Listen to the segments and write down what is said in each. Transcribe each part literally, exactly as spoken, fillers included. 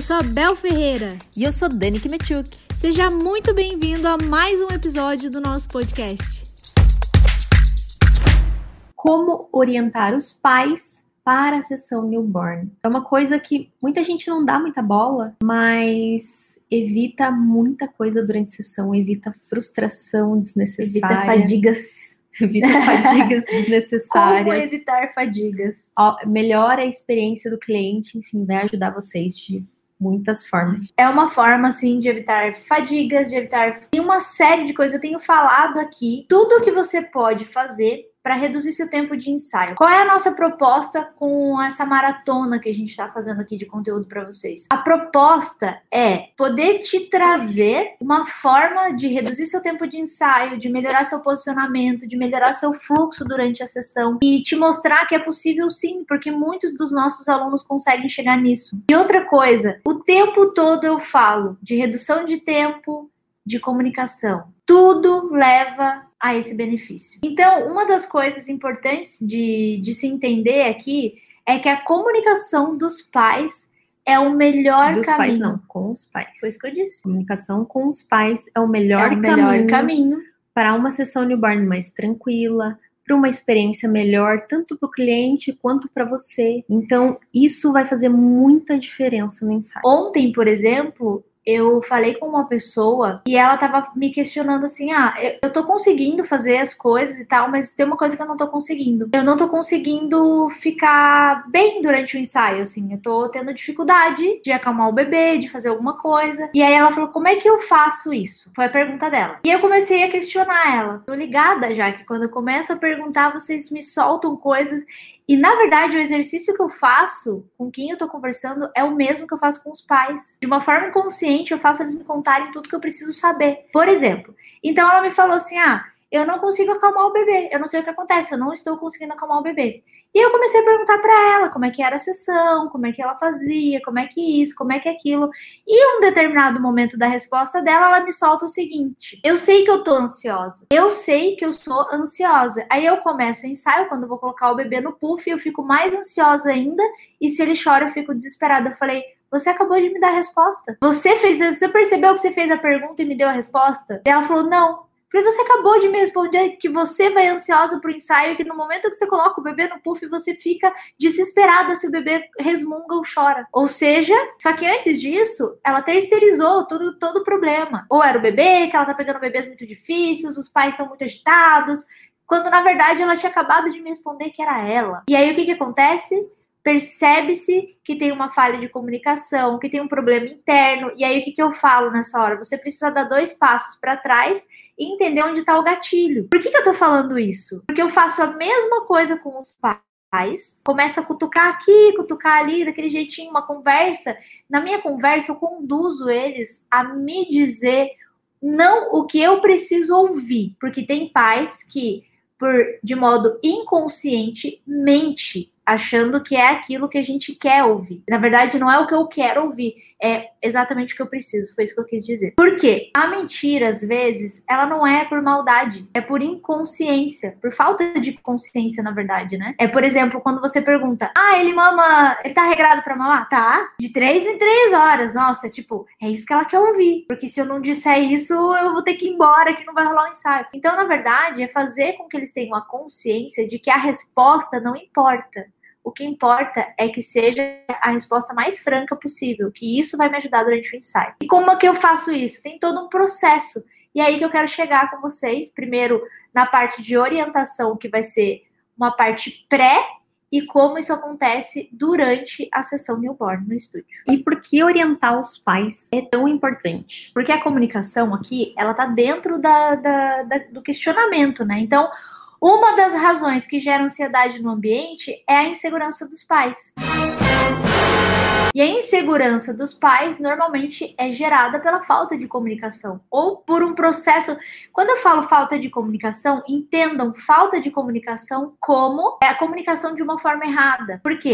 sou a Bel Ferreira. E eu sou Dani Kimetchuk. Seja muito bem-vindo a mais um episódio do nosso podcast. Como orientar os pais para a sessão newborn? É uma coisa que muita gente não dá muita bola, mas evita muita coisa durante a sessão, evita frustração desnecessária. Evita fadigas. Evita fadigas desnecessárias. Como evitar fadigas? Ó, melhora a experiência do cliente, enfim, vai ajudar vocês de muitas formas. É uma forma, assim, de evitar fadigas, de evitar... Tem uma série de coisas, eu tenho falado aqui, tudo que você pode fazer para reduzir seu tempo de ensaio. Qual é a nossa proposta com essa maratona que a gente está fazendo aqui de conteúdo para vocês? A proposta é poder te trazer uma forma de reduzir seu tempo de ensaio, de melhorar seu posicionamento, de melhorar seu fluxo durante a sessão e te mostrar que é possível sim, porque muitos dos nossos alunos conseguem chegar nisso. E outra coisa, o tempo todo eu falo de redução de tempo, de comunicação. Tudo leva a esse benefício. Então, uma das coisas importantes de, de se entender aqui é que a comunicação dos pais é o melhor dos caminho. Dos pais não, com os pais. Foi isso que eu disse. Comunicação com os pais é o melhor, é o caminho, melhor caminho para uma sessão newborn mais tranquila, para uma experiência melhor, tanto para o cliente quanto para você. Então, isso vai fazer muita diferença no ensaio. Ontem, por exemplo, eu falei com uma pessoa e ela tava me questionando assim, ah, eu, eu tô conseguindo fazer as coisas e tal, mas tem uma coisa que eu não tô conseguindo. Eu não tô conseguindo ficar bem durante o ensaio, assim, eu tô tendo dificuldade de acalmar o bebê, de fazer alguma coisa. E aí ela falou, como é que eu faço isso? Foi a pergunta dela. E eu comecei a questionar ela. Tô ligada já que quando eu começo a perguntar, vocês me soltam coisas. E, na verdade, o exercício que eu faço com quem eu tô conversando é o mesmo que eu faço com os pais. De uma forma inconsciente, eu faço eles me contarem tudo que eu preciso saber. Por exemplo, então ela me falou assim, ah, eu não consigo acalmar o bebê, eu não sei o que acontece, eu não estou conseguindo acalmar o bebê. E eu comecei a perguntar pra ela como é que era a sessão, como é que ela fazia, como é que isso, como é que aquilo. E em um determinado momento da resposta dela, ela me solta o seguinte, eu sei que eu tô ansiosa, eu sei que eu sou ansiosa. Aí eu começo o ensaio, quando eu vou colocar o bebê no puff, eu fico mais ansiosa ainda, e se ele chora, eu fico desesperada. Eu falei, você acabou de me dar a resposta. Você fez, você percebeu que você fez a pergunta e me deu a resposta? E ela falou, não. Falei, você acabou de me responder que você vai ansiosa pro ensaio, que no momento que você coloca o bebê no puff, você fica desesperada se o bebê resmunga ou chora. Ou seja, só que antes disso, ela terceirizou todo, todo o problema. Ou era o bebê, que ela tá pegando bebês muito difíceis, os pais estão muito agitados, quando na verdade ela tinha acabado de me responder que era ela. E aí o que que acontece? Percebe-se que tem uma falha de comunicação, que tem um problema interno, e aí o que que eu falo nessa hora? Você precisa dar dois passos para trás e entender onde está o gatilho. Por que que eu tô falando isso? Porque eu faço a mesma coisa com os pais, começo a cutucar aqui, cutucar ali, daquele jeitinho, uma conversa. Na minha conversa, eu conduzo eles a me dizer não o que eu preciso ouvir, porque tem pais que, por, de modo inconsciente, mente, achando que é aquilo que a gente quer ouvir. Na verdade, não é o que eu quero ouvir, é exatamente o que eu preciso, foi isso que eu quis dizer. Por quê? A mentira, às vezes, ela não é por maldade, é por inconsciência, por falta de consciência, na verdade, né? É, por exemplo, quando você pergunta, ah, ele mama, ele tá regrado pra mamar? Tá, de três em três horas, nossa, tipo, é isso que ela quer ouvir, porque se eu não disser isso, eu vou ter que ir embora, que não vai rolar um ensaio. Então, na verdade, é fazer com que eles tenham a consciência de que a resposta não importa. O que importa é que seja a resposta mais franca possível, que isso vai me ajudar durante o ensaio. E como é que eu faço isso? Tem todo um processo. E aí que eu quero chegar com vocês, primeiro na parte de orientação, que vai ser uma parte pré, e como isso acontece durante a sessão newborn no estúdio. E por que orientar os pais é tão importante? Porque a comunicação aqui, ela tá dentro da, da, da, do questionamento, né? Então, uma das razões que gera ansiedade no ambiente é a insegurança dos pais. E a insegurança dos pais normalmente é gerada pela falta de comunicação ou por um processo. Quando eu falo falta de comunicação, entendam falta de comunicação como a comunicação de uma forma errada. Por quê?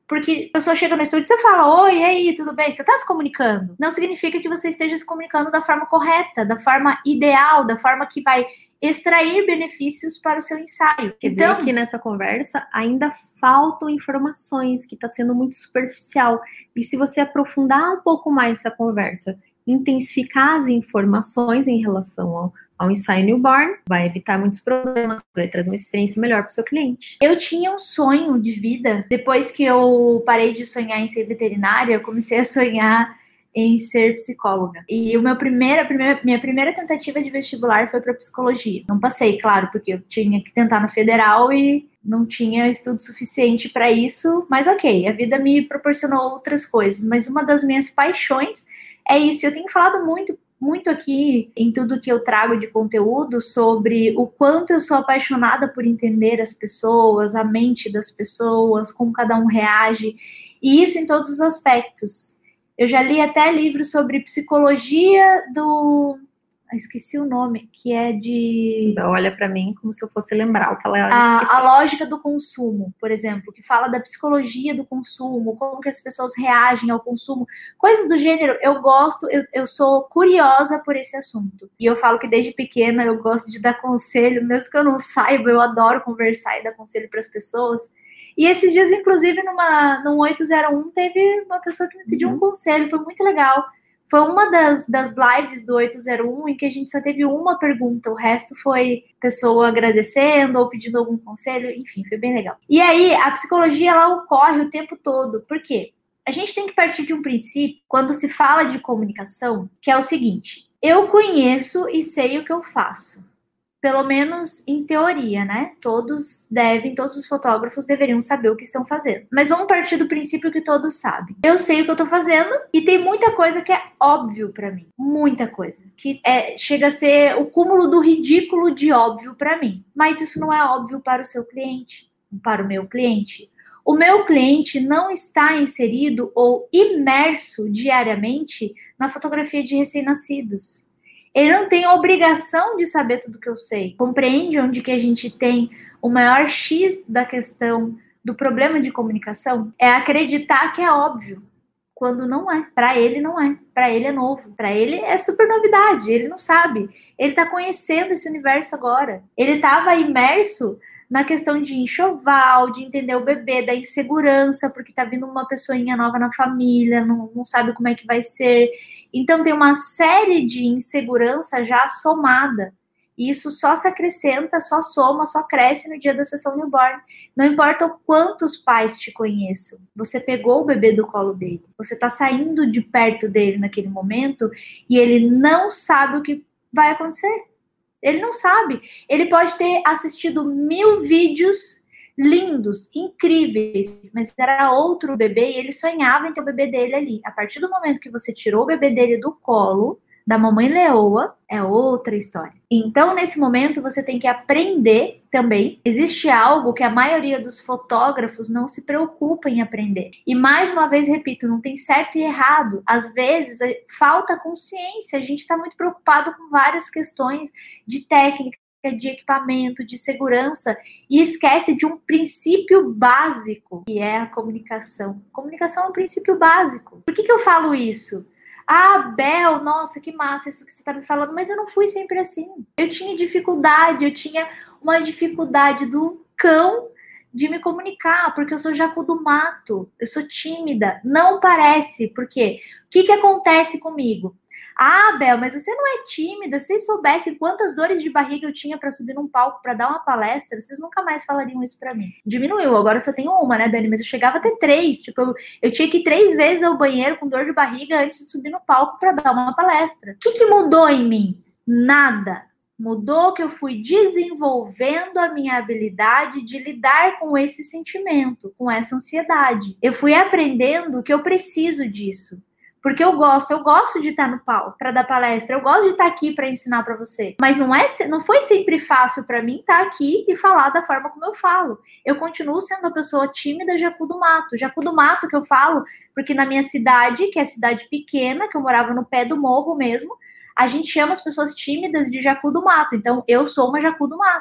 Porque a pessoa chega no estúdio e você fala, oi, e aí, tudo bem? Você tá se comunicando? Não significa que você esteja se comunicando da forma correta, da forma ideal, da forma que vai extrair benefícios para o seu ensaio. Quer Então, dizer que nessa conversa ainda faltam informações, que está sendo muito superficial. E se você aprofundar um pouco mais essa conversa, intensificar as informações em relação ao, ao ensaio newborn, vai evitar muitos problemas, vai trazer uma experiência melhor para o seu cliente. Eu tinha um sonho de vida. Depois que eu parei de sonhar em ser veterinária, eu comecei a sonhar em ser psicóloga. E o meu primeira, primeira, minha primeira tentativa de vestibular foi para psicologia. Não passei, claro, porque eu tinha que tentar na federal e não tinha estudo suficiente para isso, mas ok, a vida me proporcionou outras coisas. Mas uma das minhas paixões é isso. Eu tenho falado muito muito aqui em tudo que eu trago de conteúdo sobre o quanto eu sou apaixonada por entender as pessoas, a mente das pessoas, como cada um reage, e isso em todos os aspectos. Eu já li até livros sobre psicologia do... esqueci o nome, que é de... Olha para mim como se eu fosse lembrar o que ela a, a lógica do consumo, por exemplo, que fala da psicologia do consumo, como que as pessoas reagem ao consumo, coisas do gênero. Eu gosto, eu, eu sou curiosa por esse assunto. E eu falo que desde pequena eu gosto de dar conselho, mesmo que eu não saiba, eu adoro conversar e dar conselho para as pessoas. E esses dias, inclusive, numa, num oito zero um, teve uma pessoa que me pediu uhum. um conselho, foi muito legal. Foi uma das, das lives do oito zero um em que a gente só teve uma pergunta, o resto foi pessoa agradecendo ou pedindo algum conselho, enfim, foi bem legal. E aí, a psicologia, ela ocorre o tempo todo. Por quê? A gente tem que partir de um princípio, quando se fala de comunicação, que é o seguinte: eu conheço e sei o que eu faço. Pelo menos em teoria, né? Todos devem, todos os fotógrafos deveriam saber o que estão fazendo. Mas vamos partir do princípio que todos sabem. Eu sei o que eu tô fazendo e tem muita coisa que é óbvio pra mim. Muita coisa. Que é, chega a ser o cúmulo do ridículo de óbvio pra mim. Mas isso não é óbvio para o seu cliente, para o meu cliente. O meu cliente não está inserido ou imerso diariamente na fotografia de recém-nascidos. Ele não tem a obrigação de saber tudo que eu sei. Compreende onde que a gente tem o maior X da questão do problema de comunicação? É acreditar que é óbvio, quando não é. Para ele não é. Para ele é novo. Para ele é super novidade. Ele não sabe. Ele está conhecendo esse universo agora. Ele estava imerso na questão de enxoval, de entender o bebê, da insegurança, porque tá vindo uma pessoinha nova na família, não, não sabe como é que vai ser. Então tem uma série de insegurança já somada. E isso só se acrescenta, só soma, só cresce no dia da sessão newborn. Não importa o quantos pais te conheçam. Você pegou o bebê do colo dele. Você tá saindo de perto dele naquele momento e ele não sabe o que vai acontecer. Ele não sabe. Ele pode ter assistido mil vídeos lindos, incríveis, mas era outro bebê e ele sonhava em ter o bebê dele ali. A partir do momento que você tirou o bebê dele do colo da mamãe leoa, é outra história. Então, nesse momento, você tem que aprender também. Existe algo que a maioria dos fotógrafos não se preocupa em aprender. E, mais uma vez, repito, não tem certo e errado. Às vezes, falta consciência. A gente está muito preocupado com várias questões de técnica, de equipamento, de segurança, e esquece de um princípio básico, que é a comunicação. Comunicação é um princípio básico. Por que que eu falo isso? Ah, Bel, nossa, que massa isso que você tá me falando, mas eu não fui sempre assim. Eu tinha dificuldade, eu tinha uma dificuldade do cão de me comunicar, porque eu sou jacu do mato, eu sou tímida. Não parece, porque o que que acontece comigo? Ah, Bel, mas você não é tímida. Se vocês soubessem quantas dores de barriga eu tinha para subir num palco para dar uma palestra, vocês nunca mais falariam isso para mim. Diminuiu, agora eu só tenho uma, né, Dani? Mas eu chegava a ter três. Tipo, eu, eu tinha que ir três vezes ao banheiro com dor de barriga antes de subir no palco para dar uma palestra. O que que mudou em mim? Nada. Mudou que eu fui desenvolvendo a minha habilidade de lidar com esse sentimento, com essa ansiedade. Eu fui aprendendo que eu preciso disso. Porque eu gosto, eu gosto de estar no palco para dar palestra, eu gosto de estar aqui para ensinar para você. Mas não é, não foi sempre fácil para mim estar aqui e falar da forma como eu falo. Eu continuo sendo a pessoa tímida jacu do mato. Jacu do mato que eu falo, porque na minha cidade, que é cidade pequena, que eu morava no pé do morro mesmo, a gente chama as pessoas tímidas de jacu do mato. Então, eu sou uma jacu do mato.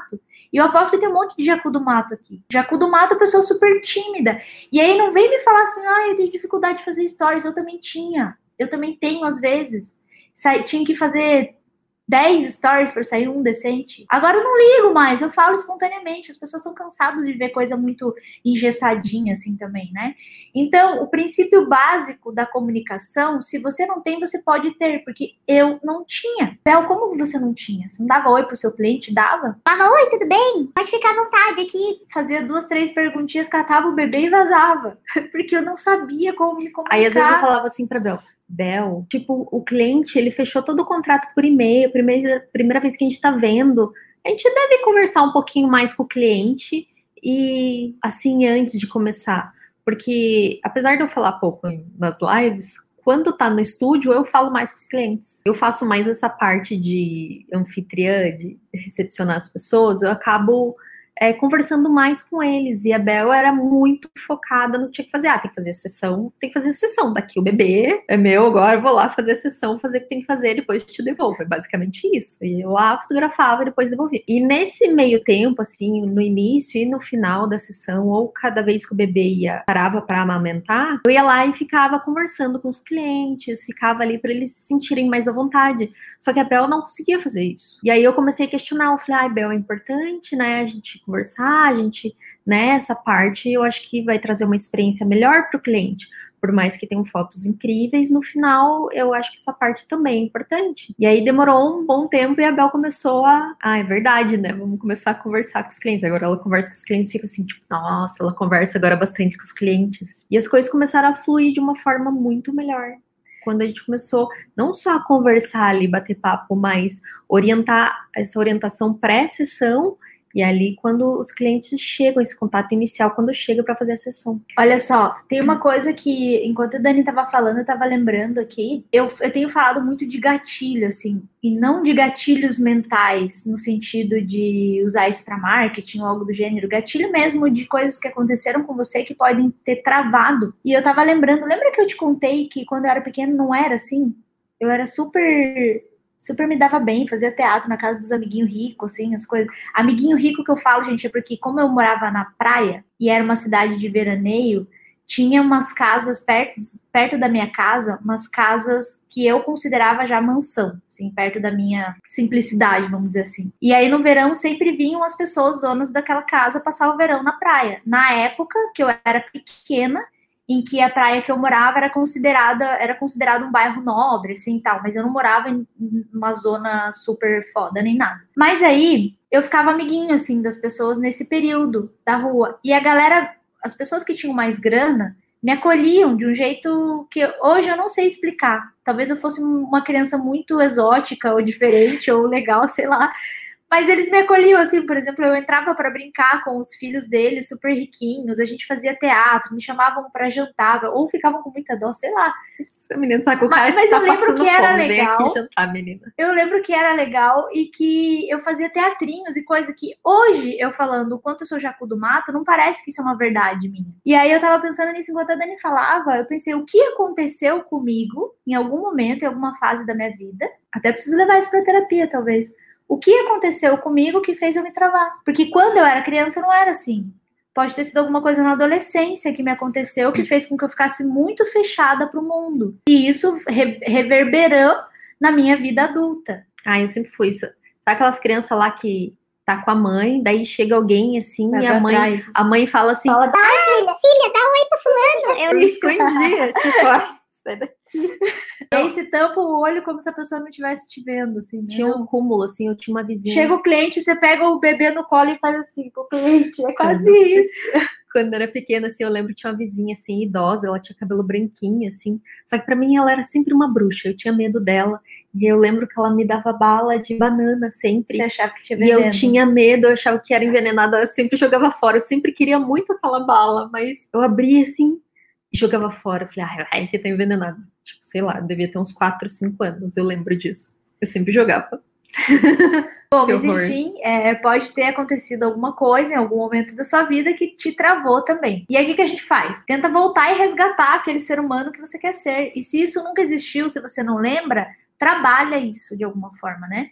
E eu aposto que tem um monte de Jacu do Mato aqui. Jacu do Mato é uma pessoa super tímida. E aí não vem me falar assim, ah, eu tenho dificuldade de fazer stories. Eu também tinha. Eu também tenho, às vezes. Sa- tinha que fazer dez stories para sair um decente. Agora eu não ligo mais, eu falo espontaneamente. As pessoas estão cansadas de ver coisa muito engessadinha assim também, né? Então, o princípio básico da comunicação, se você não tem, você pode ter, porque eu não tinha. Bel, como você não tinha? Você não dava oi pro seu cliente? Dava? Dava, oi, tudo bem? Pode ficar à vontade aqui. Fazia duas, três perguntinhas, catava o bebê e vazava. Porque eu não sabia como me comunicar. Aí às vezes eu falava assim pra Bel, Bel, tipo, o cliente, ele fechou todo o contrato por e-mail, primeira, primeira vez que a gente tá vendo, a gente deve conversar um pouquinho mais com o cliente e, assim, antes de começar. Porque, apesar de eu falar pouco nas lives, quando tá no estúdio, eu falo mais com os clientes. Eu faço mais essa parte de anfitriã, de recepcionar as pessoas, eu acabo é, conversando mais com eles. E a Bel era muito focada no que tinha que fazer. Ah, tem que fazer a sessão, tem que fazer a sessão. Daqui o bebê é meu, agora eu vou lá fazer a sessão, fazer o que tem que fazer, depois te devolvo. É basicamente isso. E eu lá fotografava e depois devolvia. E nesse meio tempo, assim, no início e no final da sessão, ou cada vez que o bebê ia, parava para amamentar, eu ia lá e ficava conversando com os clientes, ficava ali para eles se sentirem mais à vontade. Só que a Bel não conseguia fazer isso. E aí eu comecei a questionar, eu falei, ai, Bel, é importante, né, a gente conversar, a gente, né, essa parte eu acho que vai trazer uma experiência melhor para o cliente, por mais que tenham fotos incríveis, no final eu acho que essa parte também é importante. E aí demorou um bom tempo e a Bel começou a, ah, é verdade, né, vamos começar a conversar com os clientes. Agora ela conversa com os clientes e fica assim, tipo, nossa, ela conversa agora bastante com os clientes. E as coisas começaram a fluir de uma forma muito melhor. Quando a gente começou não só a conversar ali, bater papo, mas orientar, essa orientação pré-sessão. E ali, quando os clientes chegam, esse contato inicial, quando chega para fazer a sessão. Olha só, tem uma coisa que, enquanto a Dani tava falando, eu tava lembrando aqui, eu, eu tenho falado muito de gatilho, assim, e não de gatilhos mentais, no sentido de usar isso para marketing ou algo do gênero, gatilho mesmo de coisas que aconteceram com você que podem ter travado. E eu tava lembrando, lembra que eu te contei que quando eu era pequena não era assim? Eu era super... super me dava bem, fazia teatro na casa dos amiguinhos ricos, assim, as coisas. Amiguinho rico que eu falo, gente, é porque como eu morava na praia, e era uma cidade de veraneio, tinha umas casas perto, perto da minha casa, umas casas que eu considerava já mansão, assim, perto da minha simplicidade, vamos dizer assim. E aí no verão sempre vinham as pessoas donas daquela casa passar o verão na praia. Na época que eu era pequena, em que a praia que eu morava era considerada, era considerado um bairro nobre, assim, tal, mas eu não morava em uma zona super foda, nem nada. Mas aí, eu ficava amiguinho, assim, das pessoas nesse período da rua, e a galera, as pessoas que tinham mais grana, me acolhiam de um jeito que hoje eu não sei explicar. Talvez eu fosse uma criança muito exótica, ou diferente, ou legal, sei lá. Mas eles me acolhiam, assim, por exemplo, eu entrava para brincar com os filhos deles, super riquinhos, a gente fazia teatro, me chamavam para jantar, ou ficavam com muita dó, sei lá. Essa menina tá com o cara Mas que eu tá lembro que era fome. legal. Vem aqui jantar, menina. Eu lembro que era legal e que eu fazia teatrinhos e coisa que hoje, eu falando o quanto eu sou Jacu do Mato, não parece que isso é uma verdade minha. E aí eu tava pensando nisso enquanto a Dani falava, eu pensei, o que aconteceu comigo em algum momento, em alguma fase da minha vida? Até preciso levar isso pra terapia, talvez. O que aconteceu comigo que fez eu me travar? Porque quando eu era criança, eu não era assim. Pode ter sido alguma coisa na adolescência que me aconteceu, que fez com que eu ficasse muito fechada pro mundo. E isso re- reverberou na minha vida adulta. Ah, eu sempre fui. Sabe aquelas crianças lá que tá com a mãe, daí chega alguém assim, Vai e pra a mãe, trás. a mãe fala assim, Fala, Ai, filha, filha, dá oi pro fulano. eu me escondia, tipo, ó, sai daqui. E aí você tampa o olho como se a pessoa não estivesse te vendo, assim, né? Tinha um cúmulo, assim, eu tinha uma vizinha. Chega o cliente, você pega o bebê no colo e faz assim com o cliente. É quase isso. Quando eu era pequena, assim, eu lembro que tinha uma vizinha, assim, idosa, ela tinha cabelo branquinho, assim, só que pra mim ela era sempre uma bruxa, eu tinha medo dela, e eu lembro que ela me dava bala de banana sempre. Você achava que tinha E veneno. eu tinha medo, eu achava que era envenenada, eu sempre jogava fora, eu sempre queria muito aquela bala, mas eu abria, assim, e jogava fora, eu falei, ai, ai, que tá envenenado. Tipo, sei lá, devia ter uns quatro, cinco anos, eu lembro disso. Eu sempre jogava. Bom, Que mas horror. enfim, é, pode ter acontecido alguma coisa em algum momento da sua vida que te travou também. E aí o que, que a gente faz? Tenta voltar e resgatar aquele ser humano que você quer ser. E se isso nunca existiu, se você não lembra, trabalha isso de alguma forma, né?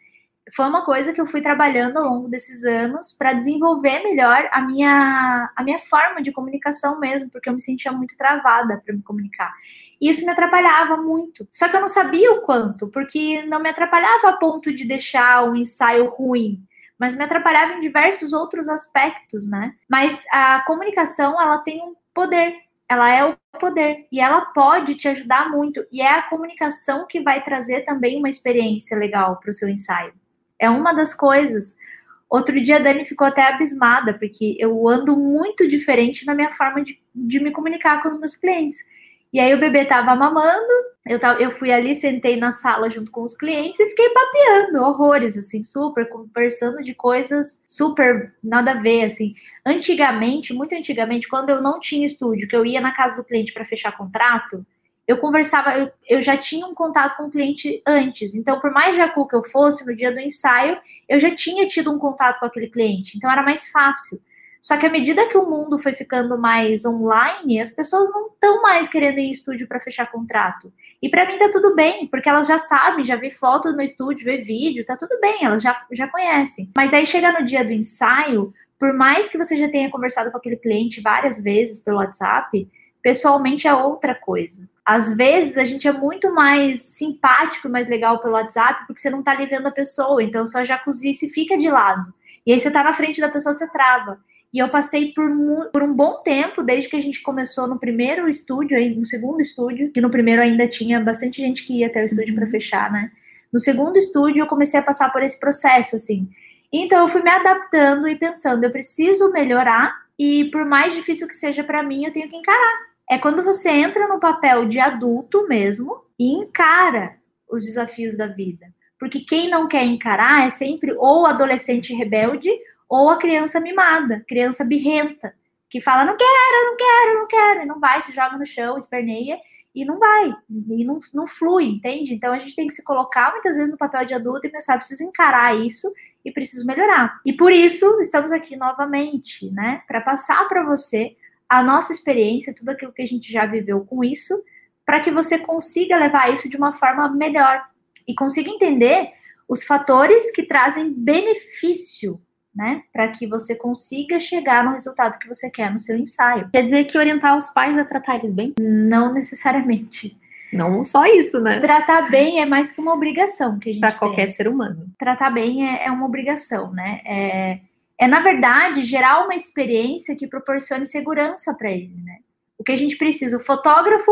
foi uma coisa que eu fui trabalhando ao longo desses anos para desenvolver melhor a minha, a minha forma de comunicação mesmo, porque eu me sentia muito travada para me comunicar. E isso me atrapalhava muito. Só que eu não sabia o quanto, porque não me atrapalhava a ponto de deixar o ensaio ruim, mas me atrapalhava em diversos outros aspectos, né? Mas a comunicação, ela tem um poder. Ela é o poder e ela pode te ajudar muito. E é a comunicação que vai trazer também uma experiência legal para o seu ensaio. É uma das coisas. Outro dia a Dani ficou até abismada, porque eu ando muito diferente na minha forma de, de me comunicar com os meus clientes. E aí o bebê tava mamando, eu, tava, eu fui ali, sentei na sala junto com os clientes e fiquei papeando horrores, assim, super, conversando de coisas super nada a ver, assim. Antigamente, muito antigamente, quando eu não tinha estúdio, que eu ia na casa do cliente para fechar contrato, eu conversava, eu, eu já tinha um contato com o cliente antes. Então, por mais jacu que eu fosse, no dia do ensaio, eu já tinha tido um contato com aquele cliente. Então, era mais fácil. Só que à medida que o mundo foi ficando mais online, as pessoas não estão mais querendo ir em estúdio para fechar contrato. E para mim tá tudo bem, porque elas já sabem, já vi foto no estúdio, vê vídeo, tá tudo bem, elas já, já conhecem. Mas aí chega no dia do ensaio, por mais que você já tenha conversado com aquele cliente várias vezes pelo WhatsApp, pessoalmente é outra coisa. Às vezes a gente é muito mais simpático e mais legal pelo WhatsApp, porque você não tá ali vendo a pessoa, então sua jacuzzice fica de lado. E aí você tá na frente da pessoa, você trava. E eu passei por, por um bom tempo, desde que a gente começou no primeiro estúdio, no segundo estúdio, que no primeiro ainda tinha bastante gente que ia até o estúdio uhum. para fechar, né? No segundo estúdio, eu comecei a passar por esse processo, assim. Então, eu fui me adaptando e pensando, eu preciso melhorar, e por mais difícil que seja para mim, eu tenho que encarar. É quando você entra no papel de adulto mesmo e encara os desafios da vida. Porque quem não quer encarar é sempre ou adolescente rebelde, ou a criança mimada, criança birrenta, que fala, não quero, não quero, não quero, e não vai, se joga no chão, esperneia, e não vai, e não, não flui, entende? Então a gente tem que se colocar muitas vezes no papel de adulto e pensar, preciso encarar isso e preciso melhorar. E por isso estamos aqui novamente, né, para passar para você a nossa experiência, tudo aquilo que a gente já viveu com isso, para que você consiga levar isso de uma forma melhor e consiga entender os fatores que trazem benefício, né, para que você consiga chegar no resultado que você quer no seu ensaio. Quer dizer que orientar os pais a tratar eles bem? Não necessariamente. Não só isso, né? Tratar bem é mais que uma obrigação que a gente tem. Para qualquer ser humano. Tratar bem é, é uma obrigação, né? É, é, na verdade, gerar uma experiência que proporcione segurança para ele, né? O que a gente precisa, o fotógrafo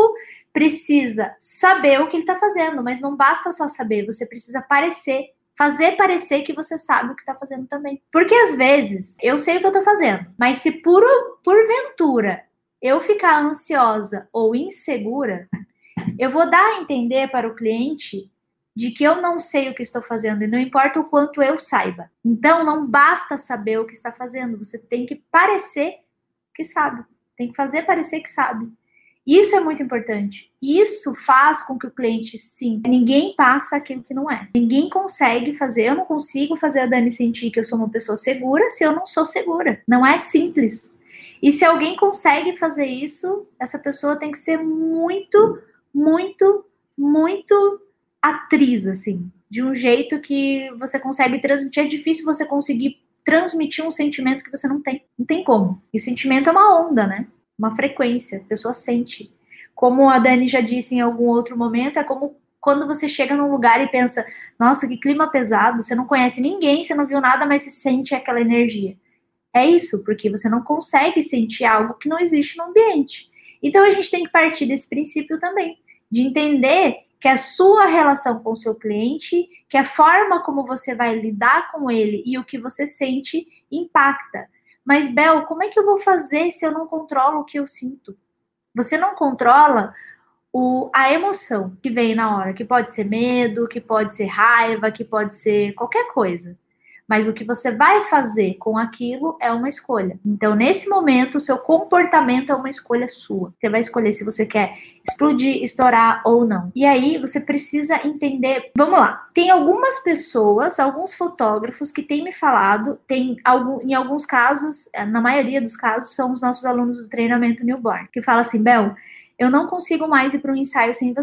precisa saber o que ele está fazendo, mas não basta só saber, você precisa parecer fazer parecer que você sabe o que tá fazendo também. Porque às vezes, eu sei o que eu tô fazendo, mas se por, porventura eu ficar ansiosa ou insegura, eu vou dar a entender para o cliente de que eu não sei o que estou fazendo e não importa o quanto eu saiba. Então, não basta saber o que está fazendo, você tem que parecer que sabe. Tem que fazer parecer que sabe. Isso é muito importante. Isso faz com que o cliente sinta. Ninguém passa aquilo que não é. Ninguém consegue fazer. Eu não consigo fazer a Dani sentir que eu sou uma pessoa segura se eu não sou segura. Não é simples. E se alguém consegue fazer isso, essa pessoa tem que ser muito, muito, muito atriz, assim. De um jeito que você consegue transmitir. É difícil você conseguir transmitir um sentimento que você não tem. Não tem como. E o sentimento é uma onda, né? Uma frequência, a pessoa sente. Como a Dani já disse em algum outro momento, é como quando você chega num lugar e pensa, nossa, que clima pesado, você não conhece ninguém, você não viu nada, mas você sente aquela energia. É isso, porque você não consegue sentir algo que não existe no ambiente. Então a gente tem que partir desse princípio também, de entender que a sua relação com o seu cliente, que a forma como você vai lidar com ele e o que você sente impacta. Mas, Bel, como é que eu vou fazer se eu não controlo o que eu sinto? Você não controla o, a emoção que vem na hora, que pode ser medo, que pode ser raiva, que pode ser qualquer coisa. Mas o que você vai fazer com aquilo é uma escolha. Então, nesse momento, o seu comportamento é uma escolha sua. Você vai escolher se você quer explodir, estourar ou não. E aí, você precisa entender... Vamos lá. Tem algumas pessoas, alguns fotógrafos que têm me falado, tem algum, em alguns casos, na maioria dos casos, são os nossos alunos do treinamento Newborn, que falam assim, Bel, eu não consigo mais ir para um ensaio sem você.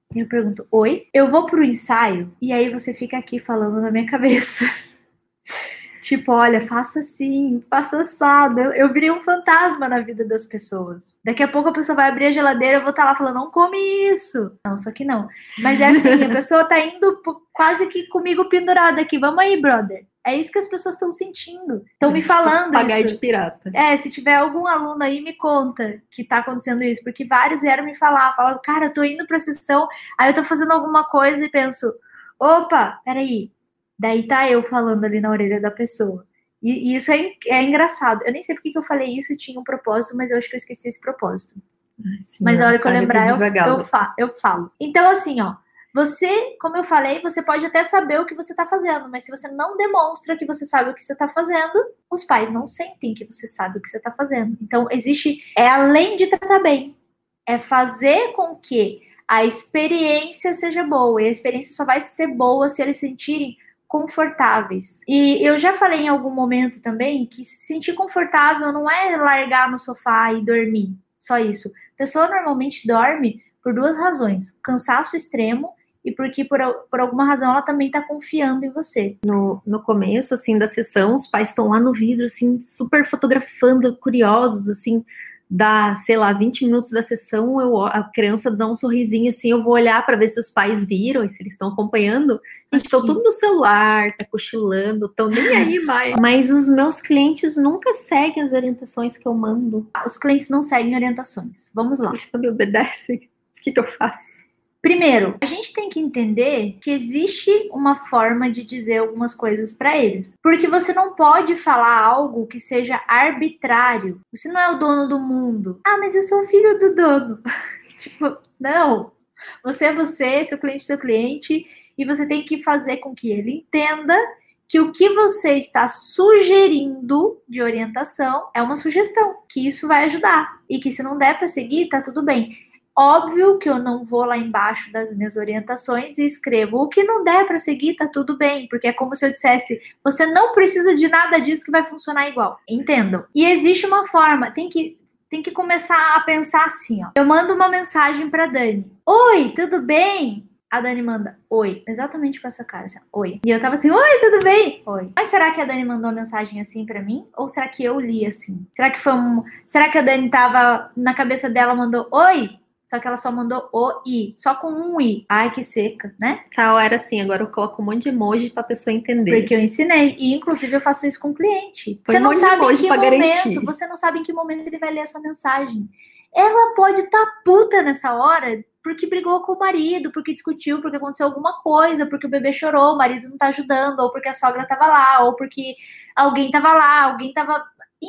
Eu pergunto, oi? Eu vou pro ensaio e aí você fica aqui falando na minha cabeça. Tipo, olha, faça assim, faça assado. Eu, eu virei um fantasma na vida das pessoas. Daqui a pouco a pessoa vai abrir a geladeira, eu vou estar lá falando, não come isso. Não, só que não. Mas é assim, a pessoa tá indo quase que comigo pendurada aqui. Vamos aí, brother. É isso que as pessoas estão sentindo. Estão me falando Pagar isso. de pirata. É, se tiver algum aluno aí, me conta que tá acontecendo isso. Porque vários vieram me falar. Falaram, cara, eu tô indo pra sessão, aí eu tô fazendo alguma coisa e penso, opa, peraí. Daí tá eu falando ali na orelha da pessoa. E, e isso é, é engraçado. Eu nem sei porque que eu falei isso, tinha um propósito, mas eu acho que eu esqueci esse propósito. Sim, mas a hora que eu lembrar, eu, eu, fa eu falo. Então, assim, ó. Você, como eu falei, você pode até saber o que você tá fazendo, mas se você não demonstra que você sabe o que você tá fazendo, os pais não sentem que você sabe o que você tá fazendo. Então, existe... É além de tratar bem. É fazer com que a experiência seja boa. E a experiência só vai ser boa se eles sentirem confortáveis. E eu já falei em algum momento também que se sentir confortável não é largar no sofá e dormir, só isso. A pessoa normalmente dorme por duas razões, cansaço extremo e porque por, por alguma razão ela também tá confiando em você. No, no começo, assim, da sessão, os pais estão lá no vidro, assim, super fotografando, curiosos, assim, dá, sei lá, vinte minutos da sessão, eu, a criança dá um sorrisinho assim, eu vou olhar para ver se os pais viram e se eles estão acompanhando. Gente, estão tudo no celular, tá cochilando, estão nem aí mais. Mas os meus clientes nunca seguem as orientações que eu mando. Os clientes não seguem orientações. Vamos lá. Eles também obedecem. O que, que eu faço? Primeiro, a gente tem que entender que existe uma forma de dizer algumas coisas para eles. Porque você não pode falar algo que seja arbitrário. Você não é o dono do mundo. Ah, mas eu sou o filho do dono. Tipo, não. Você é você, seu cliente é seu cliente, e você tem que fazer com que ele entenda que o que você está sugerindo de orientação é uma sugestão, que isso vai ajudar. E que se não der para seguir, tá tudo bem. Óbvio que eu não vou lá embaixo das minhas orientações e escrevo o que não der para seguir, tá tudo bem, porque é como se eu dissesse, você não precisa de nada disso que vai funcionar igual. Entendam? E existe uma forma, tem que, tem que começar a pensar assim, ó. Eu mando uma mensagem pra Dani. Oi, tudo bem? A Dani manda, oi. Exatamente com essa cara, assim, oi. E eu tava assim, oi, tudo bem? Oi. Mas será que a Dani mandou uma mensagem assim pra mim? Ou será que eu li assim? Será que foi um... Será que a Dani tava na cabeça dela, mandou, oi? Só que ela só mandou o i, só com um i. Ai, que seca, né? Tal, era assim, agora eu coloco um monte de emoji pra pessoa entender. Porque eu ensinei, e inclusive eu faço isso com o cliente. Foi você não um sabe em que momento, garantir. você não sabe em que momento ele vai ler a sua mensagem. Ela pode estar tá puta nessa hora, porque brigou com o marido, porque discutiu, porque aconteceu alguma coisa, porque o bebê chorou, o marido não tá ajudando, ou porque a sogra tava lá, ou porque alguém tava lá, alguém tava...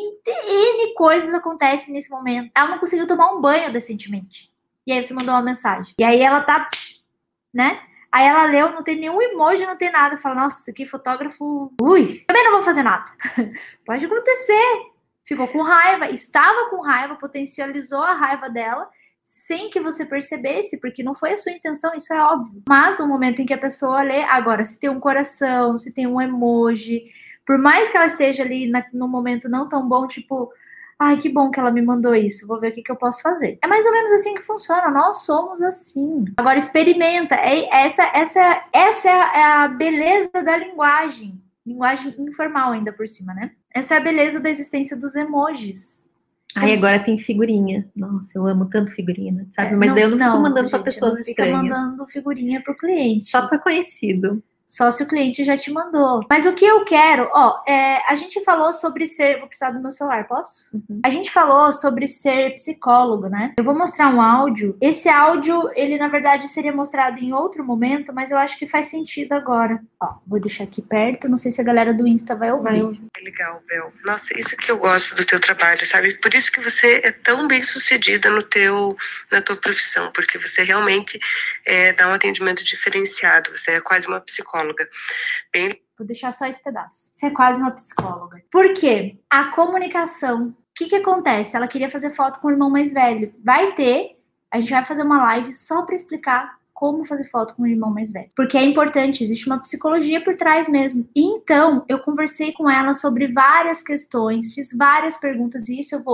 N coisas acontecem nesse momento. Ela não conseguiu tomar um banho decentemente. E aí você mandou uma mensagem. E aí ela tá, né? Aí ela leu, não tem nenhum emoji, não tem nada. Fala, nossa, que fotógrafo... Ui, também não vou fazer nada. Pode acontecer. Ficou com raiva, estava com raiva, potencializou a raiva dela, sem que você percebesse, porque não foi a sua intenção, isso é óbvio. Mas o momento em que a pessoa lê, agora, se tem um coração, se tem um emoji, por mais que ela esteja ali na, no momento não tão bom, tipo... Ai, que bom que ela me mandou isso. Vou ver o que, que eu posso fazer. É mais ou menos assim que funciona. Nós somos assim. Agora, experimenta. É, essa, essa, essa é a, é a beleza da linguagem. Linguagem informal ainda por cima, né? Essa é a beleza da existência dos emojis. Ai, agora tem figurinha. Nossa, eu amo tanto figurinha, sabe? É, Mas não, daí eu não, não fico mandando para pessoas não estranhas. Fica mandando figurinha pro cliente. Só para conhecido. Só se o cliente já te mandou. Mas o que eu quero, ó, é, a gente falou sobre ser... Vou precisar do meu celular, posso? Uhum. A gente falou sobre ser psicólogo, né? Eu vou mostrar um áudio. Esse áudio, ele na verdade seria mostrado em outro momento, mas eu acho que faz sentido agora. Ó, vou deixar aqui perto, não sei se a galera do Insta vai ouvir. Vai ouvir. Legal, Bel. Nossa, isso que eu gosto do teu trabalho, sabe? Por isso que você é tão bem sucedida no teu, na tua profissão, porque você realmente é, dá um atendimento diferenciado. Você é quase uma psicóloga. Bem... Vou deixar só esse pedaço. Você é quase uma psicóloga. Por quê? A comunicação. O que que acontece? Ela queria fazer foto com o irmão mais velho. Vai ter, a gente vai fazer uma live só para explicar como fazer foto com o irmão mais velho. Porque é importante, existe uma psicologia por trás mesmo. E então, eu conversei com ela sobre várias questões, fiz várias perguntas, e isso eu vou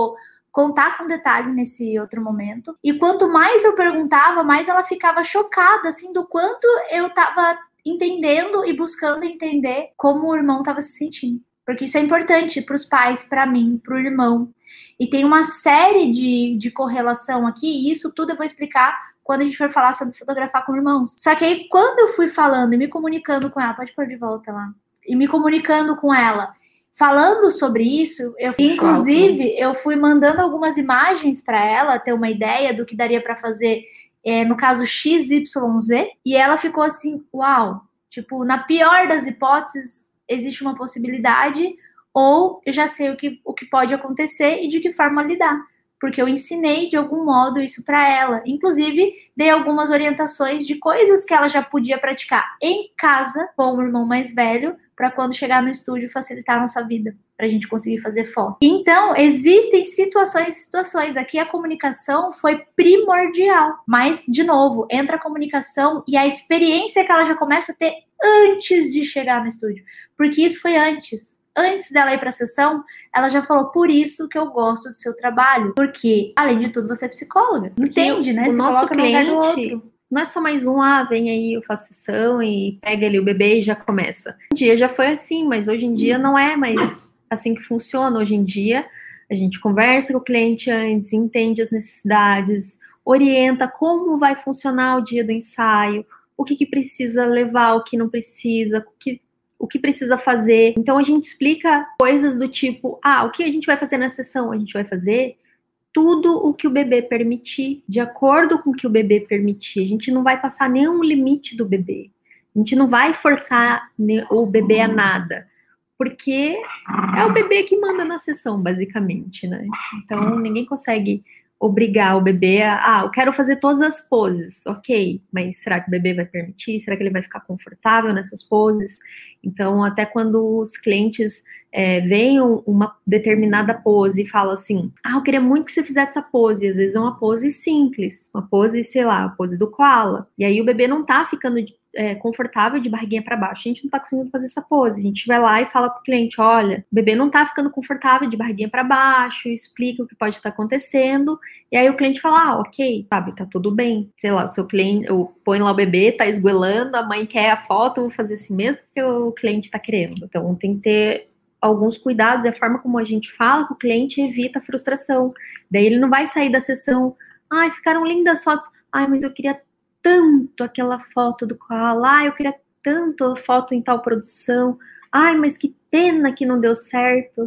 contar com detalhe nesse outro momento. E quanto mais eu perguntava, mais ela ficava chocada, assim, do quanto eu tava entendendo e buscando entender como o irmão tava se sentindo. Porque isso é importante para os pais, para mim, para o irmão. E tem uma série de, de correlação aqui, e isso tudo eu vou explicar quando a gente for falar sobre fotografar com irmãos. Só que aí, quando eu fui falando e me comunicando com ela, pode pôr de volta lá, e me comunicando com ela, falando sobre isso, eu, inclusive, eu fui mandando algumas imagens para ela ter uma ideia do que daria para fazer, é, no caso X Y Z, e ela ficou assim, uau, tipo, na pior das hipóteses, existe uma possibilidade, ou eu já sei o que, o que pode acontecer e de que forma lidar, porque eu ensinei de algum modo isso para ela. Inclusive, dei algumas orientações de coisas que ela já podia praticar em casa com o irmão mais velho, para quando chegar no estúdio facilitar a nossa vida, para a gente conseguir fazer foto. Então, existem situações e situações. Aqui a comunicação foi primordial. Mas, de novo, entra a comunicação e a experiência que ela já começa a ter antes de chegar no estúdio. Porque isso foi antes. Antes dela ir para a sessão, ela já falou, por isso que eu gosto do seu trabalho. Porque, além de tudo, você é psicóloga. Entende, né? O Se nosso coloca no lugar do cliente outro. não é só mais um, ah, vem aí, eu faço sessão e pega ali o bebê e já começa. Hoje em dia já foi assim, mas hoje em dia não é mais assim que funciona. Hoje em dia a gente conversa com o cliente antes, entende as necessidades, orienta como vai funcionar o dia do ensaio, o que, que precisa levar, o que não precisa, o que, o que precisa fazer. Então a gente explica coisas do tipo, ah, o que a gente vai fazer na sessão? A gente vai fazer tudo o que o bebê permitir, de acordo com o que o bebê permitir. A gente não vai passar nenhum limite do bebê. A gente não vai forçar o bebê a nada, porque é o bebê que manda na sessão, basicamente, né? Então, ninguém consegue obrigar o bebê a, ah, eu quero fazer todas as poses, ok, mas será que o bebê vai permitir? Será que ele vai ficar confortável nessas poses? Então, até quando os clientes é, veem uma determinada pose e falam assim, ah, eu queria muito que você fizesse essa pose, e às vezes é uma pose simples, uma pose, sei lá, a pose do koala, e aí o bebê não tá ficando é, confortável de barriguinha para baixo, a gente não tá conseguindo fazer essa pose, a gente vai lá e fala pro cliente, olha, o bebê não tá ficando confortável de barriguinha para baixo, explica o que pode estar acontecendo, e aí o cliente fala, ah, ok, sabe, tá tudo bem, sei lá, o seu cliente, eu põe lá o bebê, tá esgoelando, a mãe quer a foto, eu vou fazer assim mesmo, porque o cliente tá querendo, então tem que ter alguns cuidados, e a forma como a gente fala com o cliente evita a frustração, daí ele não vai sair da sessão, ai, ficaram lindas fotos, ai, mas eu queria tanto aquela foto do koala, ai, eu queria tanto a foto em tal produção, ai, mas que pena que não deu certo,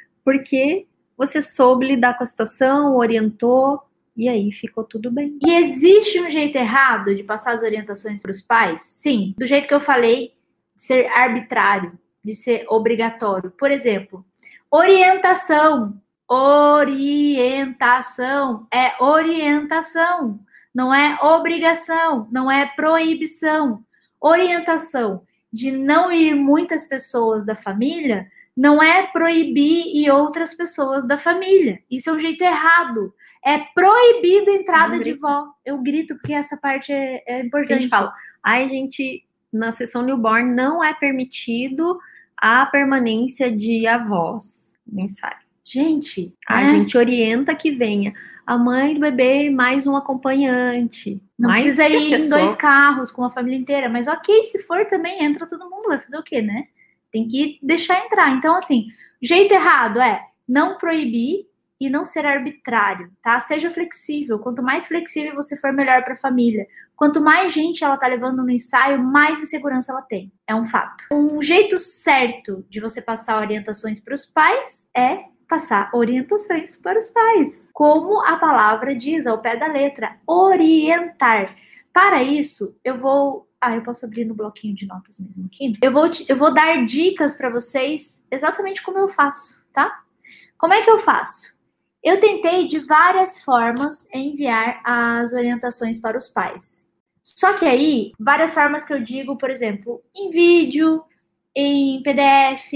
porque você soube lidar com a situação, orientou, e aí ficou tudo bem. E existe um jeito errado de passar as orientações para os pais? Sim, do jeito que eu falei, de ser arbitrário, de ser obrigatório. Por exemplo, orientação. Orientação é orientação, não é obrigação, não é proibição. Orientação de não ir muitas pessoas da família não é proibir ir outras pessoas da família. Isso é um jeito errado. É proibido a entrada de vó. Eu grito porque essa parte é, é importante. A gente fala, ai, gente, na sessão newborn não é permitido a permanência de avós no ensaio. Gente, a é. gente orienta que venha a mãe do bebê mais um acompanhante. Não mas precisa ir pessoa... em dois carros com a família inteira, mas ok, se for também, entra todo mundo, vai fazer o quê, né? Tem que deixar entrar. Então, assim, jeito errado é não proibir e não ser arbitrário, tá? Seja flexível. Quanto mais flexível você for, melhor para a família. Quanto mais gente ela tá levando no ensaio, mais insegurança ela tem. É um fato. Um jeito certo de você passar orientações para os pais é passar orientações para os pais. Como a palavra diz, ao pé da letra, orientar. Para isso, eu vou... Ah, eu posso abrir no bloquinho de notas mesmo aqui. Eu vou, te... eu vou dar dicas para vocês exatamente como eu faço, tá? Como é que eu faço? Eu tentei de várias formas enviar as orientações para os pais. Só que aí, várias formas que eu digo, por exemplo, em vídeo, em P D F,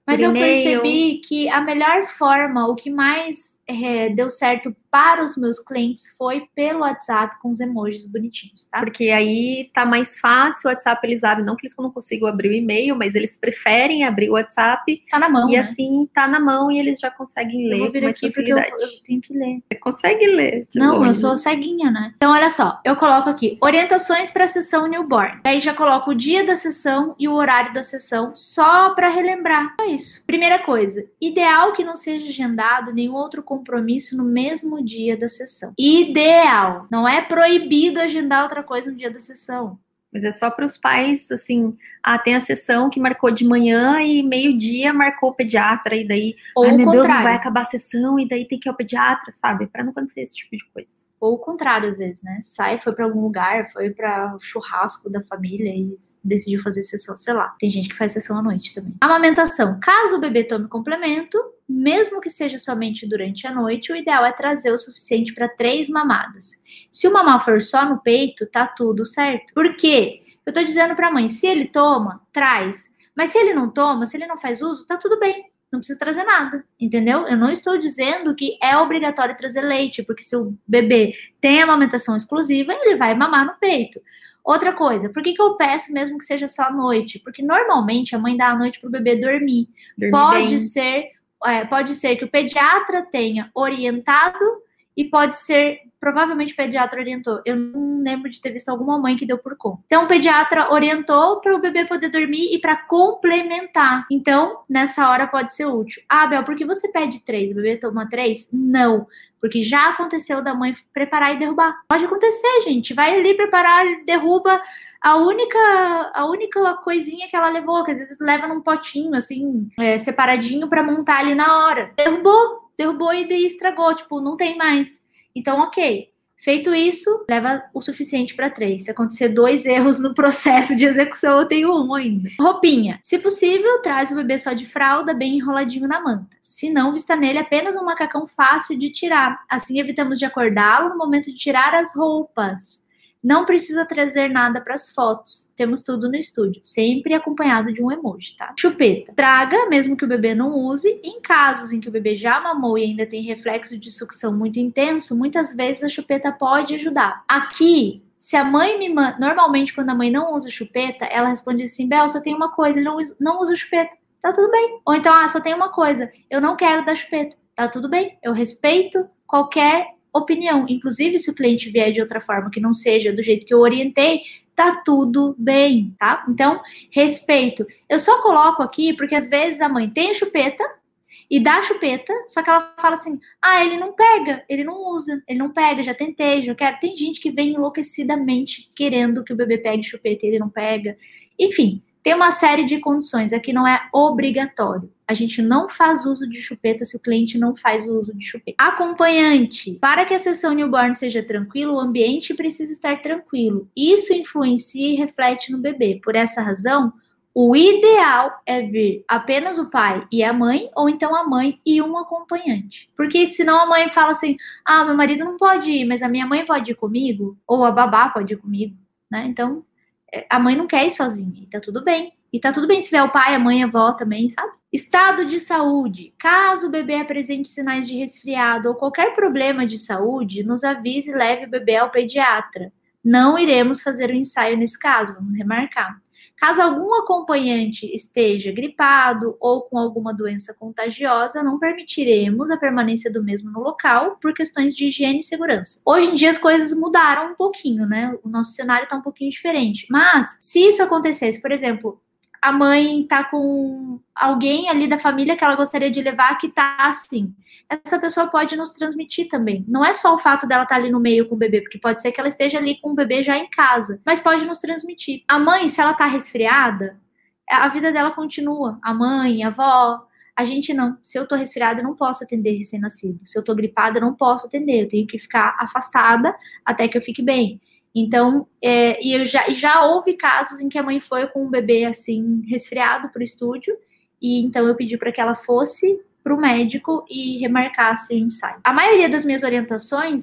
Mas eu percebi que a melhor forma, o que mais é, deu certo para os meus clientes foi pelo WhatsApp com os emojis bonitinhos, tá? Porque aí tá mais fácil, o WhatsApp eles abrem, não que eles não consigam abrir o e-mail, mas eles preferem abrir o WhatsApp. Tá na mão, E né? assim, tá na mão e eles já conseguem Eu ler vou vir com mais aqui porque facilidade. eu, eu tenho que ler. Você consegue ler. de Não, eu longe. sou ceguinha, né? Então, olha só, eu coloco aqui, orientações para a sessão newborn. Aí já coloco o dia da sessão e o horário da sessão, só para relembrar. É isso. Primeira coisa, ideal que não seja agendado nenhum outro compromisso no mesmo dia da sessão. Ideal. Não é proibido agendar outra coisa no dia da sessão. Mas é só para os pais, assim, ah, tem a sessão que marcou de manhã e meio-dia marcou o pediatra, e daí, Ou ai o meu Deus, não contrário. vai acabar a sessão, e daí tem que ir ao pediatra, sabe? Para não acontecer esse tipo de coisa. Ou o contrário, às vezes, né? Sai, foi para algum lugar, foi para o churrasco da família e decidiu fazer sessão, sei lá. Tem gente que faz sessão à noite também. Amamentação. Caso o bebê tome complemento, mesmo que seja somente durante a noite, o ideal é trazer o suficiente para três mamadas. Se o mamar for só no peito, tá tudo certo. Por quê? Eu tô dizendo pra mãe, se ele toma, traz. Mas se ele não toma, se ele não faz uso, tá tudo bem. Não precisa trazer nada, entendeu? Eu não estou dizendo que é obrigatório trazer leite, porque se o bebê tem amamentação exclusiva, ele vai mamar no peito. Outra coisa, por que que eu peço mesmo que seja só à noite? Porque normalmente a mãe dá à noite pro bebê dormir. Dormir Pode bem. ser, é, pode ser que o pediatra tenha orientado e pode ser, provavelmente o pediatra orientou. Eu não lembro de ter visto alguma mãe que deu por conta. Então, o pediatra orientou para o bebê poder dormir e para complementar. Então, nessa hora pode ser útil. Ah, Bel, por que você pede três? O bebê toma três? Não, porque já aconteceu da mãe preparar e derrubar. Pode acontecer, gente. Vai ali preparar, derruba a única, a única coisinha que ela levou, que às vezes leva num potinho, assim, é, separadinho para montar ali na hora. Derrubou. Derrubou e daí estragou, tipo, não tem mais. Então, ok. Feito isso, leva o suficiente para três. Se acontecer dois erros no processo de execução, eu tenho um ainda. Roupinha. Se possível, traz o bebê só de fralda, bem enroladinho na manta. Se não, vista nele apenas um macacão fácil de tirar. Assim evitamos de acordá-lo no momento de tirar as roupas. Não precisa trazer nada para as fotos. Temos tudo no estúdio, sempre acompanhado de um emoji, tá? Chupeta. Traga, mesmo que o bebê não use. Em casos em que o bebê já mamou e ainda tem reflexo de sucção muito intenso, muitas vezes a chupeta pode ajudar. Aqui, se a mãe me manda... Normalmente, quando a mãe não usa chupeta, ela responde assim, Bel, só tem uma coisa, ele não usa, não usa chupeta. Tá tudo bem. Ou então, ah, só tem uma coisa, eu não quero dar chupeta. Tá tudo bem. Eu respeito qualquer opinião. Inclusive, se o cliente vier de outra forma que não seja do jeito que eu orientei, tá tudo bem, tá? Então, respeito. Eu só coloco aqui porque às vezes a mãe tem a chupeta e dá a chupeta, só que ela fala assim, ah, ele não pega, ele não usa, ele não pega, já tentei, já quero. Tem gente que vem enlouquecidamente querendo que o bebê pegue chupeta e ele não pega. Enfim, tem uma série de condições. Aqui não é obrigatório. A gente não faz uso de chupeta se o cliente não faz o uso de chupeta. Acompanhante. Para que a sessão newborn seja tranquila, o ambiente precisa estar tranquilo. Isso influencia e reflete no bebê. Por essa razão, o ideal é vir apenas o pai e a mãe, ou então a mãe e um acompanhante. Porque senão a mãe fala assim, ah, meu marido não pode ir, mas a minha mãe pode ir comigo, ou a babá pode ir comigo, né? Então, a mãe não quer ir sozinha, e tá tudo bem. E tá tudo bem se vier o pai, a mãe, a avó também, sabe? Estado de saúde. Caso o bebê apresente sinais de resfriado ou qualquer problema de saúde, nos avise e leve o bebê ao pediatra. Não iremos fazer o ensaio nesse caso, vamos remarcar. Caso algum acompanhante esteja gripado ou com alguma doença contagiosa, não permitiremos a permanência do mesmo no local por questões de higiene e segurança. Hoje em dia as coisas mudaram um pouquinho, né? O nosso cenário está um pouquinho diferente. Mas, se isso acontecesse, por exemplo, a mãe tá com alguém ali da família que ela gostaria de levar que tá assim, essa pessoa pode nos transmitir também. Não é só o fato dela estar ali no meio com o bebê, porque pode ser que ela esteja ali com o bebê já em casa, mas pode nos transmitir. A mãe, se ela tá resfriada, a vida dela continua. A mãe, a avó, a gente não. Se eu tô resfriada, eu não posso atender recém-nascido. Se eu tô gripada, eu não posso atender. Eu tenho que ficar afastada até que eu fique bem. Então, é, e eu já, já houve casos em que a mãe foi com um bebê assim, resfriado pro estúdio, e então eu pedi para que ela fosse pro médico e remarcasse o ensaio. A maioria das minhas orientações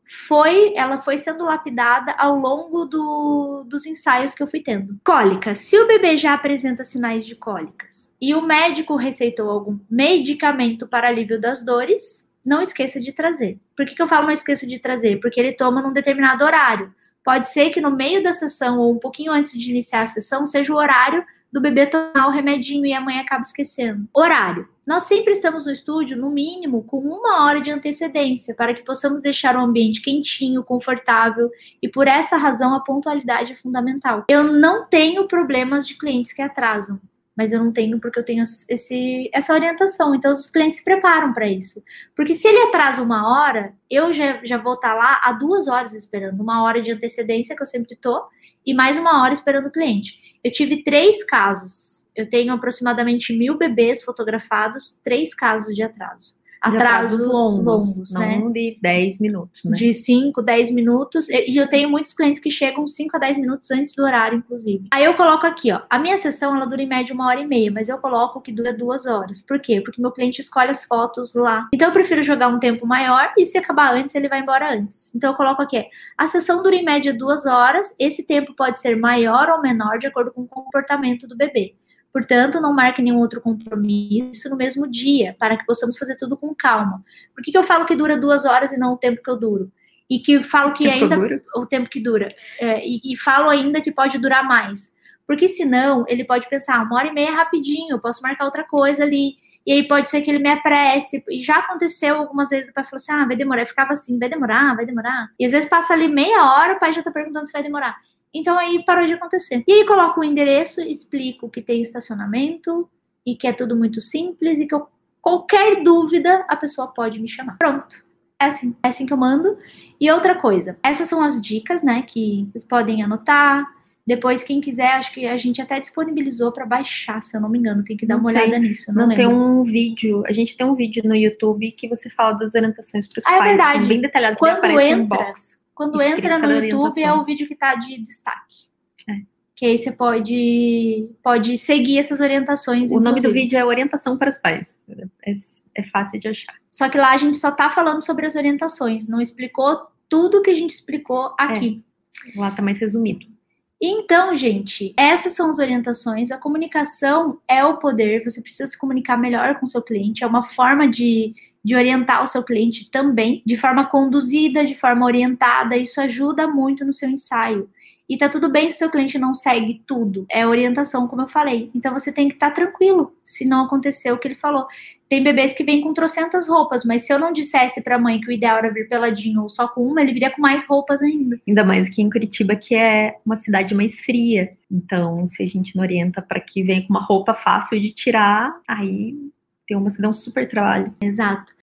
foi, ela foi sendo lapidada ao longo do, dos ensaios que eu fui tendo. Cólicas. Se o bebê já apresenta sinais de cólicas e o médico receitou algum medicamento para alívio das dores, não esqueça de trazer. Por que que eu falo não esqueça de trazer? Porque ele toma num determinado horário. Pode ser que no meio da sessão ou um pouquinho antes de iniciar a sessão seja o horário do bebê tomar o remedinho e a mãe acaba esquecendo. Horário. Nós sempre estamos no estúdio, no mínimo, com uma hora de antecedência, para que possamos deixar o ambiente quentinho, confortável, e por essa razão a pontualidade é fundamental. Eu não tenho problemas de clientes que atrasam, mas eu não tenho porque eu tenho esse, essa orientação. Então, os clientes se preparam para isso. Porque se ele atrasa uma hora, eu já, já vou estar lá há duas horas esperando. Uma hora de antecedência, que eu sempre estou, e mais uma hora esperando o cliente. Eu tive três casos. Eu tenho aproximadamente mil bebês fotografados, três casos de atraso. Atrasos, atrasos longos, longos não né? de dez minutos, né? De cinco, dez minutos. E eu tenho muitos clientes que chegam cinco a dez minutos antes do horário, inclusive. Aí eu coloco aqui, ó. A minha sessão, ela dura em média uma hora e meia, mas eu coloco que dura duas horas. Por quê? Porque meu cliente escolhe as fotos lá. Então eu prefiro jogar um tempo maior e se acabar antes, ele vai embora antes. Então eu coloco aqui, a sessão dura em média duas horas. Esse tempo pode ser maior ou menor de acordo com o comportamento do bebê. Portanto, não marque nenhum outro compromisso no mesmo dia, para que possamos fazer tudo com calma. Por que que eu falo que dura duas horas e não o tempo que eu duro? E que falo que tempo ainda... dura? O tempo que dura. É, e, e falo ainda que pode durar mais. Porque senão, ele pode pensar, uma hora e meia é rapidinho, eu posso marcar outra coisa ali. E aí pode ser que ele me apresse. E já aconteceu algumas vezes, o pai falou assim, ah, vai demorar. Eu ficava assim, vai demorar, vai demorar. E às vezes passa ali meia hora, o pai já tá perguntando se vai demorar. Então aí parou de acontecer. E aí coloco o endereço, explico que tem estacionamento e que é tudo muito simples e que eu, qualquer dúvida a pessoa pode me chamar. Pronto. É assim. É assim que eu mando. E outra coisa, essas são as dicas, né, que vocês podem anotar. Depois, quem quiser, acho que a gente até disponibilizou para baixar, se eu não me engano. Tem que dar Não uma sei. olhada nisso. Não, Não tem lembro. um vídeo, a gente tem um vídeo no YouTube que você fala das orientações para os Ah, é pais, verdade. assim, bem detalhado, que Quando aparece um entra- box. Quando Escrito entra no cada YouTube, é orientação. o vídeo que tá de destaque. É. Que aí você pode, pode seguir essas orientações. O nome do inclusive. vídeo é Orientação para os Pais. É, é fácil de achar. Só que lá a gente só tá falando sobre as orientações. Não explicou tudo que a gente explicou aqui. Lá tá mais resumido. Então, gente, essas são as orientações. A comunicação é o poder. Você precisa se comunicar melhor com o seu cliente. É uma forma de, de orientar o seu cliente também, de forma conduzida, de forma orientada. Isso ajuda muito no seu ensaio. E tá tudo bem se o seu cliente não segue tudo. É orientação, como eu falei. Então você tem que estar tranquilo se não acontecer o que ele falou. Tem bebês que vêm com trocentas roupas, mas se eu não dissesse pra mãe que o ideal era vir peladinho ou só com uma, ele viria com mais roupas ainda. Ainda mais aqui em Curitiba, que é uma cidade mais fria. Então, se a gente não orienta para que venha com uma roupa fácil de tirar, aí tem uma, você dá um super trabalho. Exato.